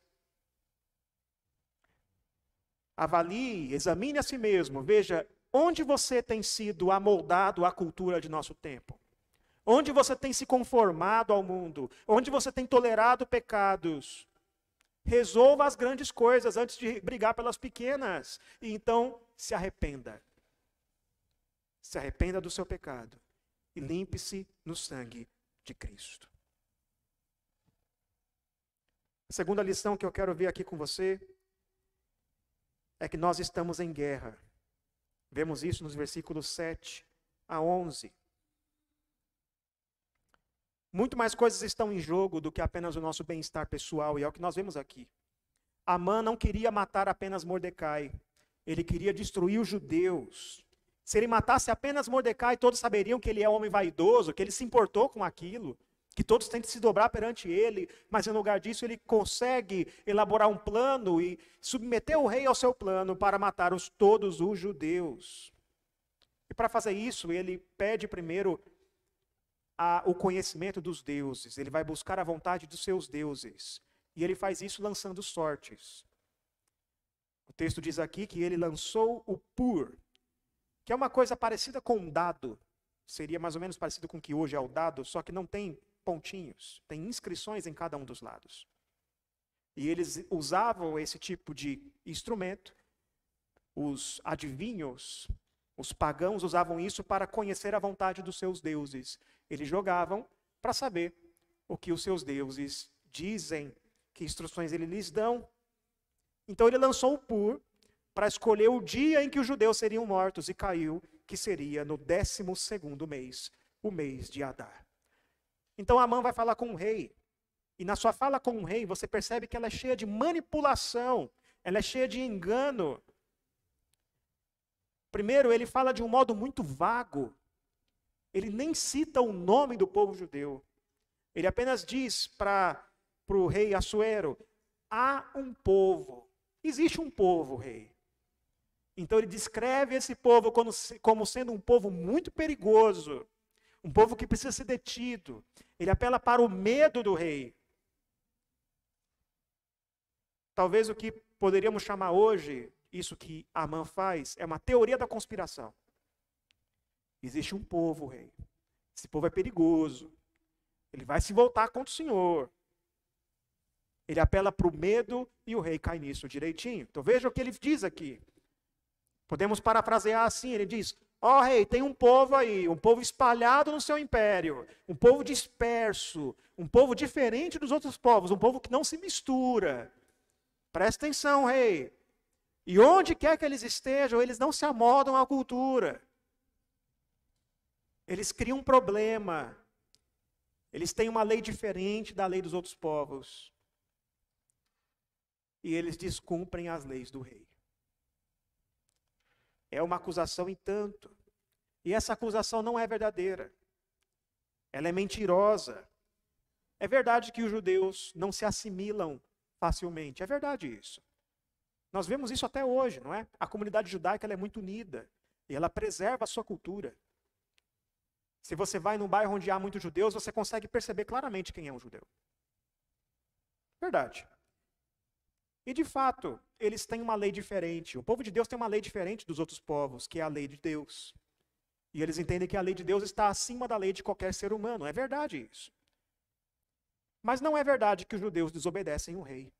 Avalie, examine a si mesmo. Veja onde você tem sido amoldado à cultura de nosso tempo. Onde você tem se conformado ao mundo. Onde você tem tolerado pecados. Resolva as grandes coisas antes de brigar pelas pequenas. E então se arrependa. Se arrependa do seu pecado e limpe-se no sangue de Cristo. A segunda lição que eu quero ver aqui com você é que nós estamos em guerra. Vemos isso nos versículos 7 a 11. Muito mais coisas estão em jogo do que apenas o nosso bem-estar pessoal, e é o que nós vemos aqui. Amã não queria matar apenas Mordecai, ele queria destruir os judeus. Se ele matasse apenas Mordecai, todos saberiam que ele é um homem vaidoso, que ele se importou com aquilo, que todos têm de se dobrar perante ele, mas em lugar disso ele consegue elaborar um plano e submeter o rei ao seu plano para matar todos os judeus. E para fazer isso, ele pede primeiro o conhecimento dos deuses, ele vai buscar a vontade dos seus deuses, e ele faz isso lançando sortes. O texto diz aqui que ele lançou o pur, que é uma coisa parecida com um dado, seria mais ou menos parecido com o que hoje é o dado, só que não tem pontinhos, tem inscrições em cada um dos lados. E eles usavam esse tipo de instrumento, os adivinhos, os pagãos usavam isso para conhecer a vontade dos seus deuses. Eles jogavam para saber o que os seus deuses dizem, que instruções eles lhes dão. Então ele lançou o pur para escolher o dia em que os judeus seriam mortos, e caiu que seria no 12º mês, o mês de Adar. Então Amã vai falar com o rei, e na sua fala com o rei você percebe que ela é cheia de manipulação, ela é cheia de engano. Primeiro, ele fala de um modo muito vago, ele nem cita o nome do povo judeu, ele apenas diz para o rei Assuero: há um povo, existe um povo, rei. Então ele descreve esse povo como sendo um povo muito perigoso, um povo que precisa ser detido. Ele apela para o medo do rei. Talvez o que poderíamos chamar hoje, isso que Amã faz, é uma teoria da conspiração. Existe um povo, rei. Esse povo é perigoso. Ele vai se voltar contra o Senhor. Ele apela para o medo e o rei cai nisso direitinho. Então veja o que ele diz aqui. Podemos parafrasear assim, ele diz: ó rei, tem um povo aí, um povo espalhado no seu império, um povo disperso, um povo diferente dos outros povos, um povo que não se mistura. Presta atenção, rei. E onde quer que eles estejam, eles não se amodam à cultura. Eles criam um problema. Eles têm uma lei diferente da lei dos outros povos. E eles descumprem as leis do rei. É uma acusação em tanto. E essa acusação não é verdadeira. Ela é mentirosa. É verdade que os judeus não se assimilam facilmente. É verdade isso. Nós vemos isso até hoje, não é? A comunidade judaica ela é muito unida. E ela preserva a sua cultura. Se você vai num bairro onde há muitos judeus, você consegue perceber claramente quem é um judeu. Verdade. E de fato, eles têm uma lei diferente. O povo de Deus tem uma lei diferente dos outros povos, que é a lei de Deus. E eles entendem que a lei de Deus está acima da lei de qualquer ser humano. É verdade isso. Mas não é verdade que os judeus desobedecem o rei.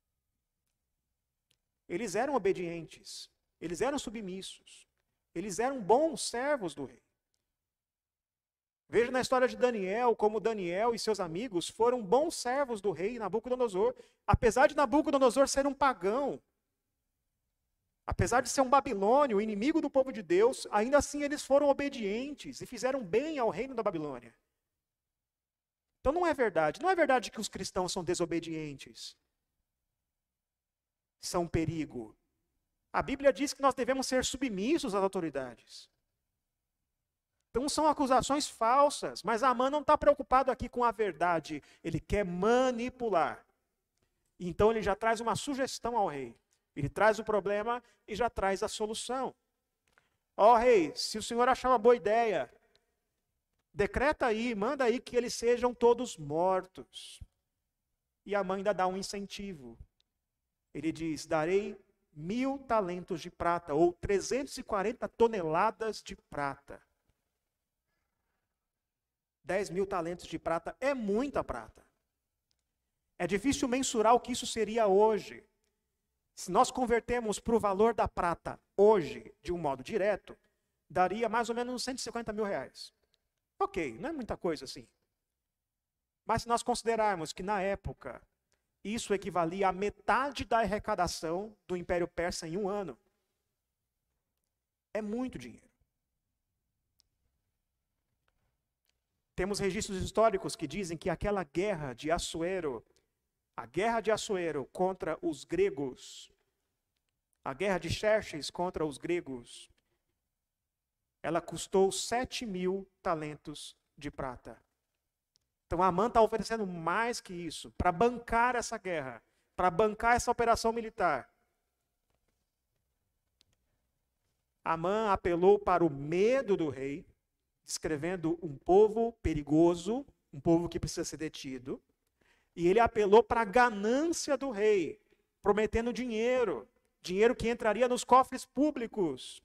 Eles eram obedientes. Eles eram submissos. Eles eram bons servos do rei. Veja na história de Daniel, como Daniel e seus amigos foram bons servos do rei Nabucodonosor, apesar de Nabucodonosor ser um pagão, apesar de ser um babilônio, inimigo do povo de Deus, ainda assim eles foram obedientes e fizeram bem ao reino da Babilônia. Então não é verdade que os cristãos são desobedientes, são um perigo. A Bíblia diz que nós devemos ser submissos às autoridades. Então são acusações falsas, mas Amã não está preocupado aqui com a verdade, ele quer manipular. Então ele já traz uma sugestão ao rei, ele traz o problema e já traz a solução. Ó rei, se o senhor achar uma boa ideia, decreta aí, manda aí que eles sejam todos mortos. E Amã ainda dá um incentivo. Ele diz: darei 1000 talentos de prata, ou 340 toneladas de prata. 10.000 talentos de prata é muita prata. É difícil mensurar o que isso seria hoje. Se nós convertermos para o valor da prata hoje, de um modo direto, daria mais ou menos uns 150 mil reais. Ok, não é muita coisa assim. Mas se nós considerarmos que na época isso equivalia a metade da arrecadação do Império Persa em um ano, é muito dinheiro. Temos registros históricos que dizem que aquela guerra de Assuero, a guerra de Assuero contra os gregos, a guerra de Xerxes contra os gregos, ela custou 7.000 talentos de prata. Então Amã está oferecendo mais que isso para bancar essa guerra, para bancar essa operação militar. Amã apelou para o medo do rei, descrevendo um povo perigoso, um povo que precisa ser detido. E ele apelou para a ganância do rei, prometendo dinheiro que entraria nos cofres públicos.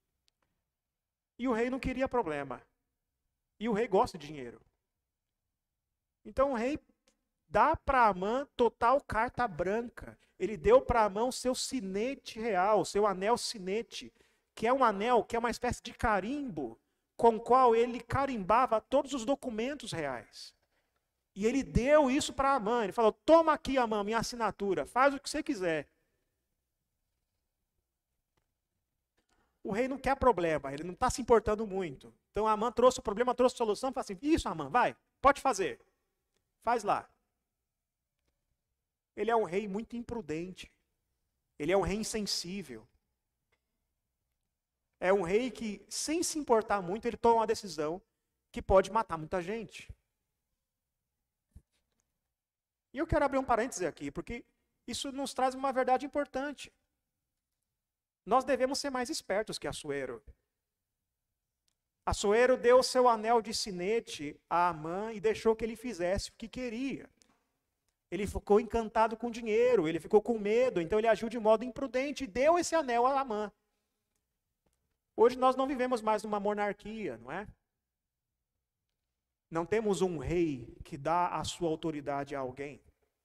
E o rei não queria problema. E o rei gosta de dinheiro. Então o rei dá para Amã total carta branca. Ele deu para Amã o seu sinete real, o seu anel sinete, que é um anel, que é uma espécie de carimbo, com o qual ele carimbava todos os documentos reais. E ele deu isso para Amã. Ele falou: toma aqui, Amã, minha assinatura, faz o que você quiser. O rei não quer problema, ele não está se importando muito. Então Amã trouxe o problema, trouxe a solução, falou assim: isso, Amã, vai, pode fazer. Faz lá. Ele é um rei muito imprudente. Ele é um rei insensível. É um rei que, sem se importar muito, ele toma uma decisão que pode matar muita gente. E eu quero abrir um parêntese aqui, porque isso nos traz uma verdade importante. Nós devemos ser mais espertos que Assuero. Assuero deu o seu anel de sinete a Amã e deixou que ele fizesse o que queria. Ele ficou encantado com dinheiro, ele ficou com medo, então ele agiu de modo imprudente e deu esse anel a Amã. Hoje nós não vivemos mais numa monarquia, não é? Não temos um rei que dá a sua autoridade a alguém.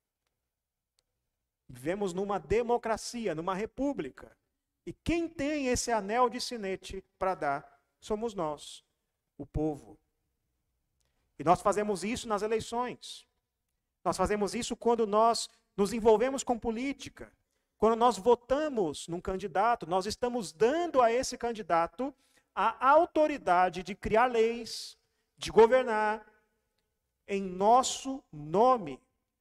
Vivemos numa democracia, numa república. E quem tem esse anel de sinete para dar somos nós, o povo. E nós fazemos isso nas eleições. Nós fazemos isso quando nós nos envolvemos com política. Quando nós votamos num candidato, nós estamos dando a esse candidato a autoridade de criar leis, de governar em nosso nome.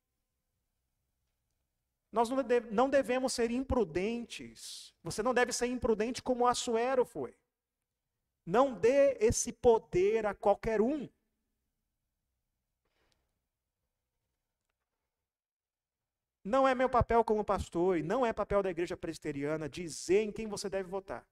Nós não devemos ser imprudentes. Você não deve ser imprudente como Assuero foi. Não dê esse poder a qualquer um. Não é meu papel como pastor e não é papel da igreja presbiteriana dizer em quem você deve votar.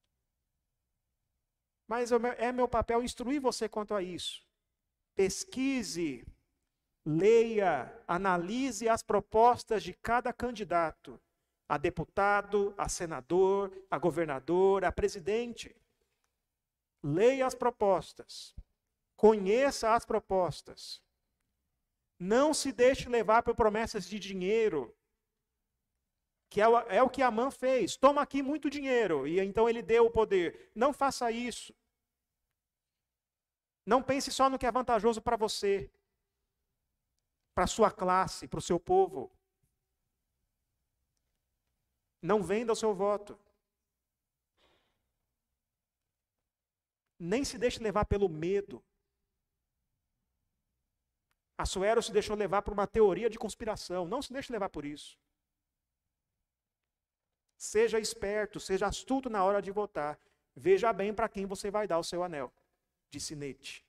Mas é meu papel instruir você quanto a isso. Pesquise, leia, analise as propostas de cada candidato, a deputado, a senador, a governador, a presidente. Leia as propostas, conheça as propostas. Não se deixe levar por promessas de dinheiro, que é o que Amã fez. Toma aqui muito dinheiro, e então ele deu o poder. Não faça isso. Não pense só no que é vantajoso para você, para a sua classe, para o seu povo. Não venda o seu voto. Nem se deixe levar pelo medo. Assuero se deixou levar por uma teoria de conspiração. Não se deixe levar por isso. Seja esperto, seja astuto na hora de votar. Veja bem para quem você vai dar o seu anel de sinete.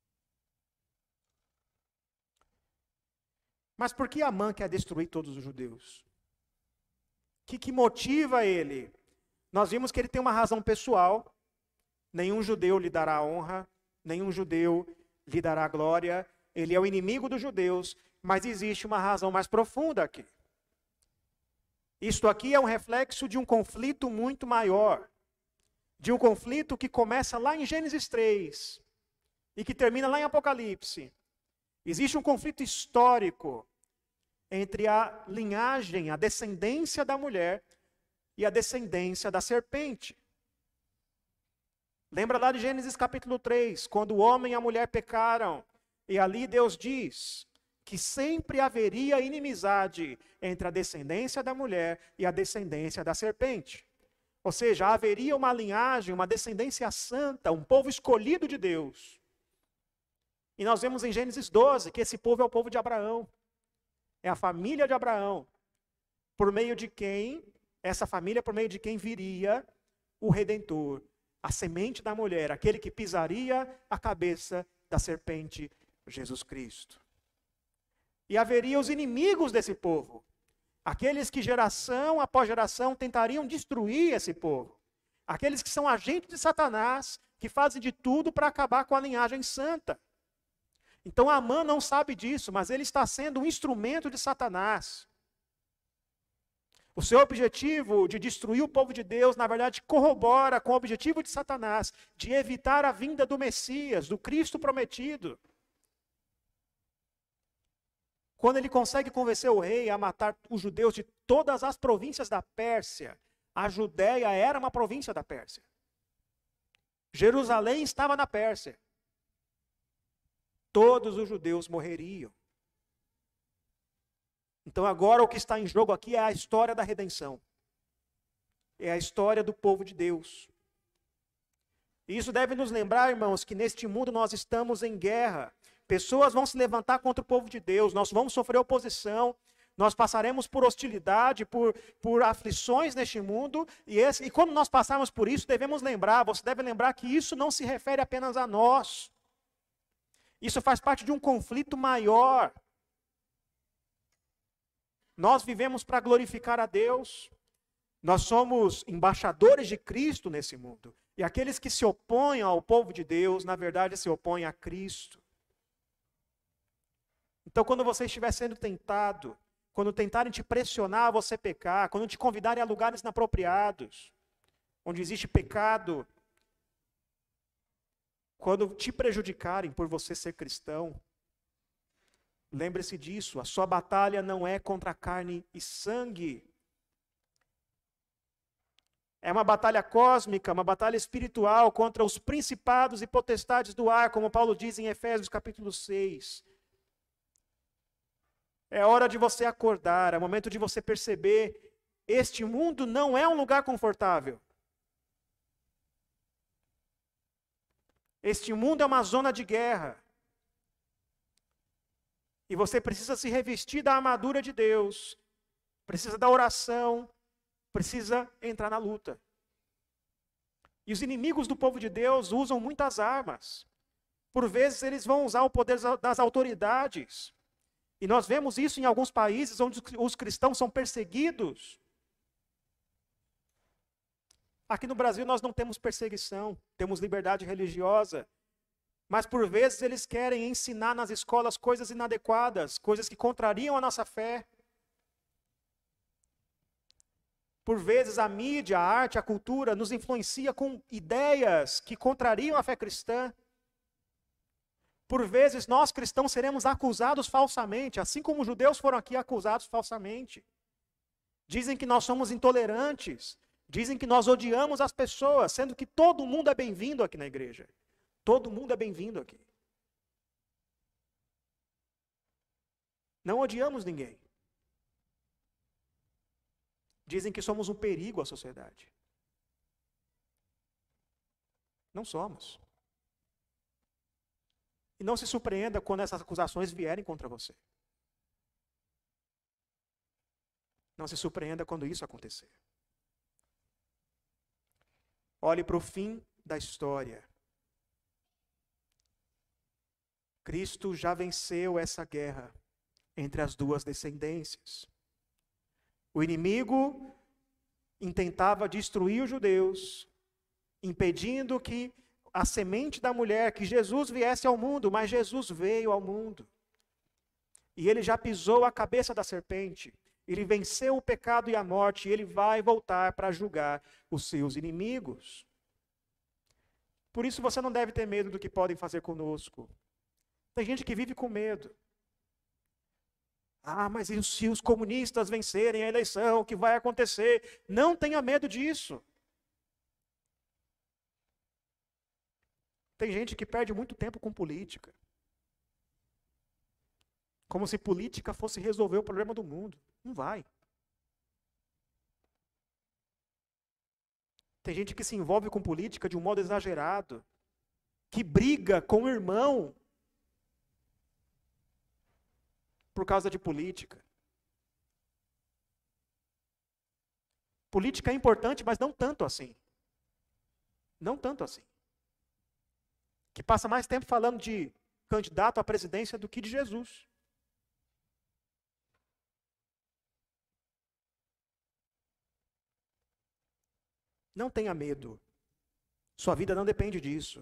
Mas por que Amã quer destruir todos os judeus? O que motiva ele? Nós vimos que ele tem uma razão pessoal. Nenhum judeu lhe dará honra, nenhum judeu lhe dará glória. Ele é o inimigo dos judeus, mas existe uma razão mais profunda aqui. Isto aqui é um reflexo de um conflito muito maior. De um conflito que começa lá em Gênesis 3 e que termina lá em Apocalipse. Existe um conflito histórico entre a linhagem, a descendência da mulher e a descendência da serpente. Lembra lá de Gênesis capítulo 3, quando o homem e a mulher pecaram, e ali Deus diz que sempre haveria inimizade entre a descendência da mulher e a descendência da serpente. Ou seja, haveria uma linhagem, uma descendência santa, um povo escolhido de Deus. E nós vemos em Gênesis 12 que esse povo é o povo de Abraão. É a família de Abraão, por meio de quem, essa família por meio de quem viria o Redentor, a semente da mulher, aquele que pisaria a cabeça da serpente, Jesus Cristo. E haveria os inimigos desse povo, aqueles que geração após geração tentariam destruir esse povo, aqueles que são agentes de Satanás, que fazem de tudo para acabar com a linhagem santa. Então Amã não sabe disso, mas ele está sendo um instrumento de Satanás. O seu objetivo de destruir o povo de Deus, na verdade, corrobora com o objetivo de Satanás, de evitar a vinda do Messias, do Cristo prometido. Quando ele consegue convencer o rei a matar os judeus de todas as províncias da Pérsia, a Judéia era uma província da Pérsia. Jerusalém estava na Pérsia. Todos os judeus morreriam. Então agora o que está em jogo aqui é a história da redenção. É a história do povo de Deus. E isso deve nos lembrar, irmãos, que neste mundo nós estamos em guerra. Pessoas vão se levantar contra o povo de Deus, nós vamos sofrer oposição, nós passaremos por hostilidade, por aflições neste mundo, e quando nós passarmos por isso, devemos lembrar, você deve lembrar que isso não se refere apenas a nós. Isso faz parte de um conflito maior. Nós vivemos para glorificar a Deus. Nós somos embaixadores de Cristo nesse mundo. E aqueles que se opõem ao povo de Deus, na verdade, se opõem a Cristo. Então, quando você estiver sendo tentado, quando tentarem te pressionar a você pecar, quando te convidarem a lugares inapropriados, onde existe pecado, quando te prejudicarem por você ser cristão, lembre-se disso, a sua batalha não é contra carne e sangue. É uma batalha cósmica, uma batalha espiritual contra os principados e potestades do ar, como Paulo diz em Efésios capítulo 6. É hora de você acordar, é momento de você perceber, este mundo não é um lugar confortável. Este mundo é uma zona de guerra. E você precisa se revestir da armadura de Deus, precisa da oração, precisa entrar na luta. E os inimigos do povo de Deus usam muitas armas. Por vezes eles vão usar o poder das autoridades. E nós vemos isso em alguns países onde os cristãos são perseguidos. Aqui no Brasil nós não temos perseguição, temos liberdade religiosa. Mas por vezes eles querem ensinar nas escolas coisas inadequadas, coisas que contrariam a nossa fé. Por vezes a mídia, a arte, a cultura nos influencia com ideias que contrariam a fé cristã. Por vezes nós cristãos seremos acusados falsamente, assim como os judeus foram aqui acusados falsamente. Dizem que nós somos intolerantes, dizem que nós odiamos as pessoas, sendo que todo mundo é bem-vindo aqui na igreja. Todo mundo é bem-vindo aqui. Não odiamos ninguém. Dizem que somos um perigo à sociedade. Não somos. E não se surpreenda quando essas acusações vierem contra você. Não se surpreenda quando isso acontecer. Olhe para o fim da história. Cristo já venceu essa guerra entre as duas descendências. O inimigo intentava destruir os judeus, impedindo que a semente da mulher, que Jesus viesse ao mundo, mas Jesus veio ao mundo. E ele já pisou a cabeça da serpente, ele venceu o pecado e a morte, e ele vai voltar para julgar os seus inimigos. Por isso você não deve ter medo do que podem fazer conosco. Tem gente que vive com medo. Ah, mas e se os comunistas vencerem a eleição, o que vai acontecer? Não tenha medo disso. Tem gente que perde muito tempo com política. Como se política fosse resolver o problema do mundo. Não vai. Tem gente que se envolve com política de um modo exagerado, que briga com o irmão por causa de política. Política é importante, mas não tanto assim. Não tanto assim. Que passa mais tempo falando de candidato à presidência do que de Jesus. Não tenha medo. Sua vida não depende disso.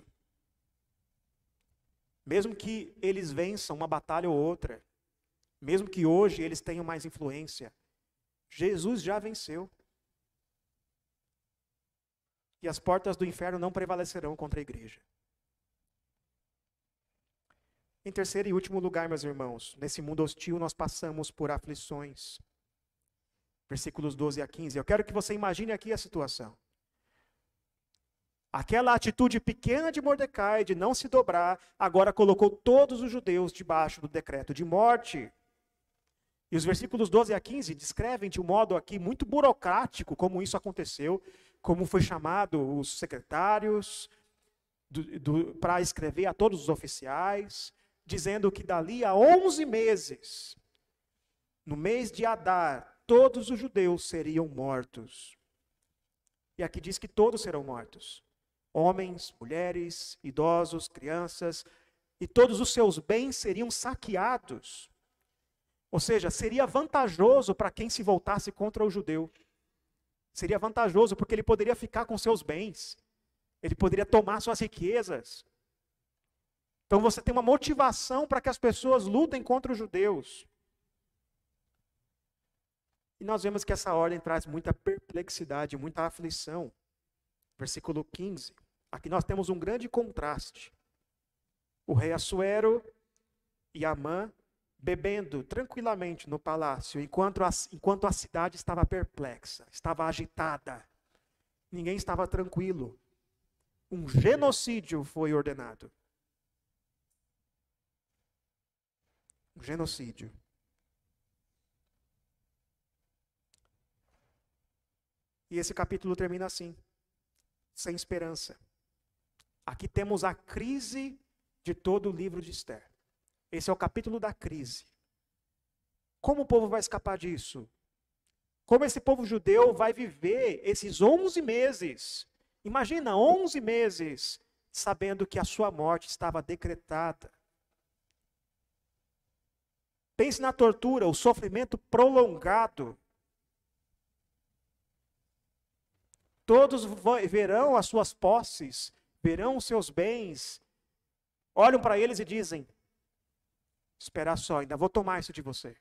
Mesmo que eles vençam uma batalha ou outra, mesmo que hoje eles tenham mais influência, Jesus já venceu. E as portas do inferno não prevalecerão contra a igreja. Em terceiro e último lugar, meus irmãos, nesse mundo hostil nós passamos por aflições. Versículos 12 a 15. Eu quero que você imagine aqui a situação. Aquela atitude pequena de Mordecai de não se dobrar, agora colocou todos os judeus debaixo do decreto de morte. E os versículos 12 a 15 descrevem de um modo aqui muito burocrático como isso aconteceu, como foi chamado os secretários para escrever a todos os oficiais, dizendo que dali a 11 meses, no mês de Adar, todos os judeus seriam mortos. E aqui diz que todos serão mortos. Homens, mulheres, idosos, crianças, e todos os seus bens seriam saqueados. Ou seja, seria vantajoso para quem se voltasse contra o judeu. Seria vantajoso porque ele poderia ficar com seus bens. Ele poderia tomar suas riquezas. Então você tem uma motivação para que as pessoas lutem contra os judeus. E nós vemos que essa ordem traz muita perplexidade, muita aflição. Versículo 15. Aqui nós temos um grande contraste. O rei Assuero e Amã bebendo tranquilamente no palácio, enquanto a cidade estava perplexa, estava agitada. Ninguém estava tranquilo. Um genocídio foi ordenado. Um genocídio. E esse capítulo termina assim, sem esperança. Aqui temos a crise de todo o livro de Esther. Esse é o capítulo da crise. Como o povo vai escapar disso? Como esse povo judeu vai viver esses 11 meses? Imagina, 11 meses, sabendo que a sua morte estava decretada. Pense na tortura, o sofrimento prolongado. Todos verão as suas posses, verão os seus bens, olham para eles e dizem: espera só, ainda vou tomar isso de você.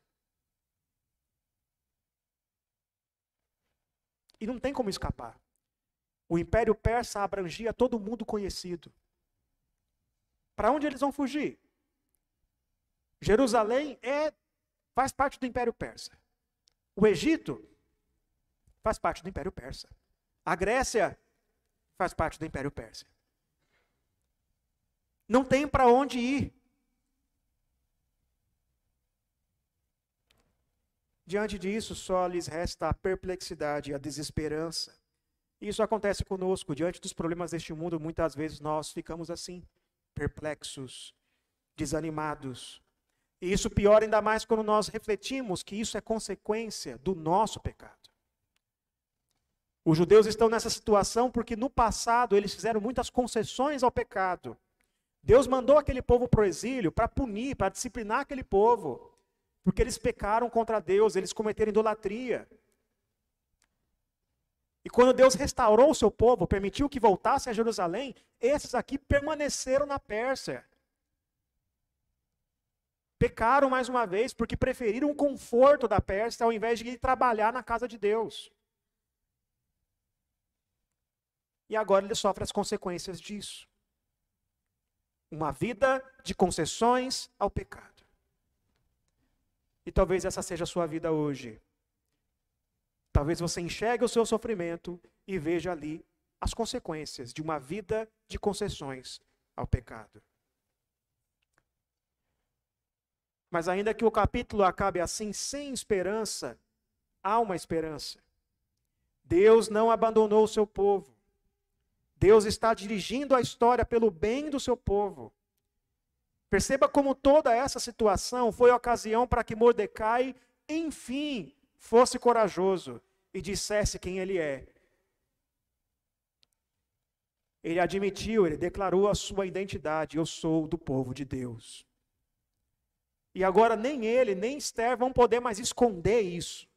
E não tem como escapar. O Império Persa abrangia todo mundo conhecido. Para onde eles vão fugir? Jerusalém faz parte do Império Persa. O Egito faz parte do Império Persa. A Grécia faz parte do Império Persa. Não tem para onde ir. Diante disso, só lhes resta a perplexidade e a desesperança. Isso acontece conosco. Diante dos problemas deste mundo, muitas vezes nós ficamos assim, perplexos, desanimados. E isso piora ainda mais quando nós refletimos que isso é consequência do nosso pecado. Os judeus estão nessa situação porque no passado eles fizeram muitas concessões ao pecado. Deus mandou aquele povo para o exílio para punir, para disciplinar aquele povo. Porque eles pecaram contra Deus, eles cometeram idolatria. E quando Deus restaurou o seu povo, permitiu que voltasse a Jerusalém, esses aqui permaneceram na Pérsia. Pecaram mais uma vez porque preferiram o conforto da Pérsia ao invés de ir trabalhar na casa de Deus. E agora eles sofrem as consequências disso. Uma vida de concessões ao pecado. E talvez essa seja a sua vida hoje. Talvez você enxergue o seu sofrimento e veja ali as consequências de uma vida de concessões ao pecado. Mas ainda que o capítulo acabe assim, sem esperança, há uma esperança. Deus não abandonou o seu povo. Deus está dirigindo a história pelo bem do seu povo. Perceba como toda essa situação foi ocasião para que Mordecai, enfim, fosse corajoso e dissesse quem ele é. Ele admitiu, ele declarou a sua identidade: eu sou do povo de Deus. E agora nem ele, nem Esther vão poder mais esconder isso.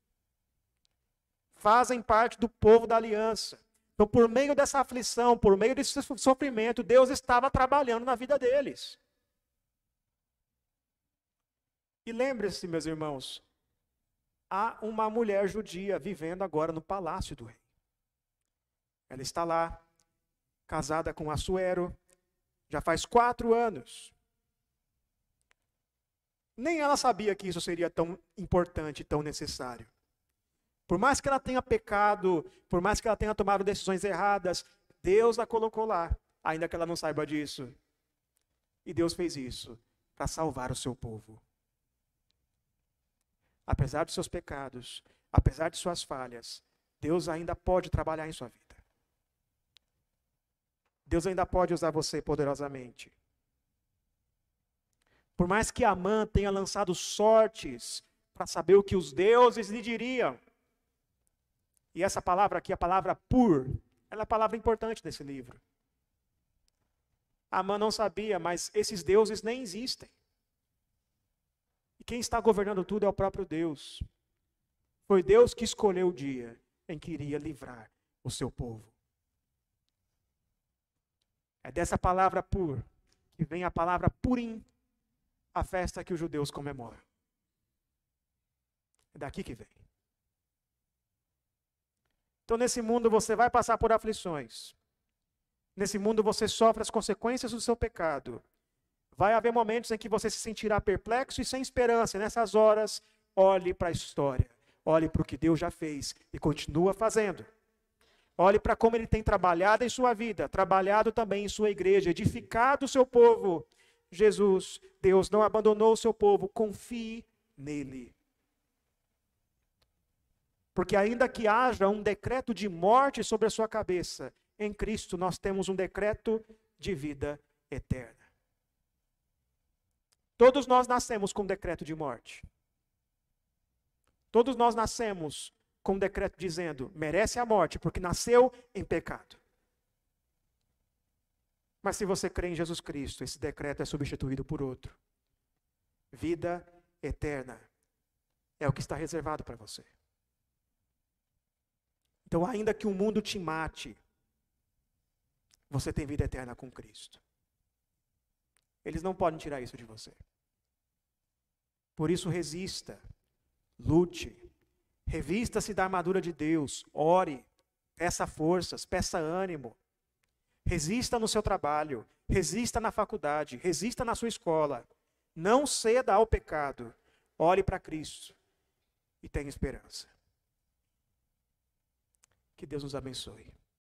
Fazem parte do povo da aliança. Então, por meio dessa aflição, por meio desse sofrimento, Deus estava trabalhando na vida deles. E lembre-se, meus irmãos, há uma mulher judia vivendo agora no palácio do rei. Ela está lá, casada com Assuero, já faz 4 anos. Nem ela sabia que isso seria tão importante, tão necessário. Por mais que ela tenha pecado, por mais que ela tenha tomado decisões erradas, Deus a colocou lá, ainda que ela não saiba disso. E Deus fez isso para salvar o seu povo. Apesar dos seus pecados, apesar de suas falhas, Deus ainda pode trabalhar em sua vida. Deus ainda pode usar você poderosamente. Por mais que Amã tenha lançado sortes para saber o que os deuses lhe diriam. E essa palavra aqui, a palavra pur, ela é a palavra importante desse livro. Amã não sabia, mas esses deuses nem existem. E quem está governando tudo é o próprio Deus. Foi Deus que escolheu o dia em que iria livrar o seu povo. É dessa palavra pur que vem a palavra Purim, a festa que os judeus comemoram. É daqui que vem. Então, nesse mundo você vai passar por aflições. Nesse mundo você sofre as consequências do seu pecado. Vai haver momentos em que você se sentirá perplexo e sem esperança. Nessas horas, olhe para a história. Olhe para o que Deus já fez e continua fazendo. Olhe para como Ele tem trabalhado em sua vida, trabalhado também em sua igreja, edificado o seu povo. Jesus, Deus não abandonou o seu povo, confie nele. Porque ainda que haja um decreto de morte sobre a sua cabeça, em Cristo nós temos um decreto de vida eterna. Todos nós nascemos com um decreto de morte. Todos nós nascemos com um decreto dizendo, merece a morte, porque nasceu em pecado. Mas se você crê em Jesus Cristo, esse decreto é substituído por outro. Vida eterna é o que está reservado para você. Então, ainda que o mundo te mate, você tem vida eterna com Cristo. Eles não podem tirar isso de você. Por isso, resista, lute, revista-se da armadura de Deus, ore, peça forças, peça ânimo. Resista no seu trabalho, resista na faculdade, resista na sua escola. Não ceda ao pecado. Olhe para Cristo e tenha esperança. Que Deus nos abençoe.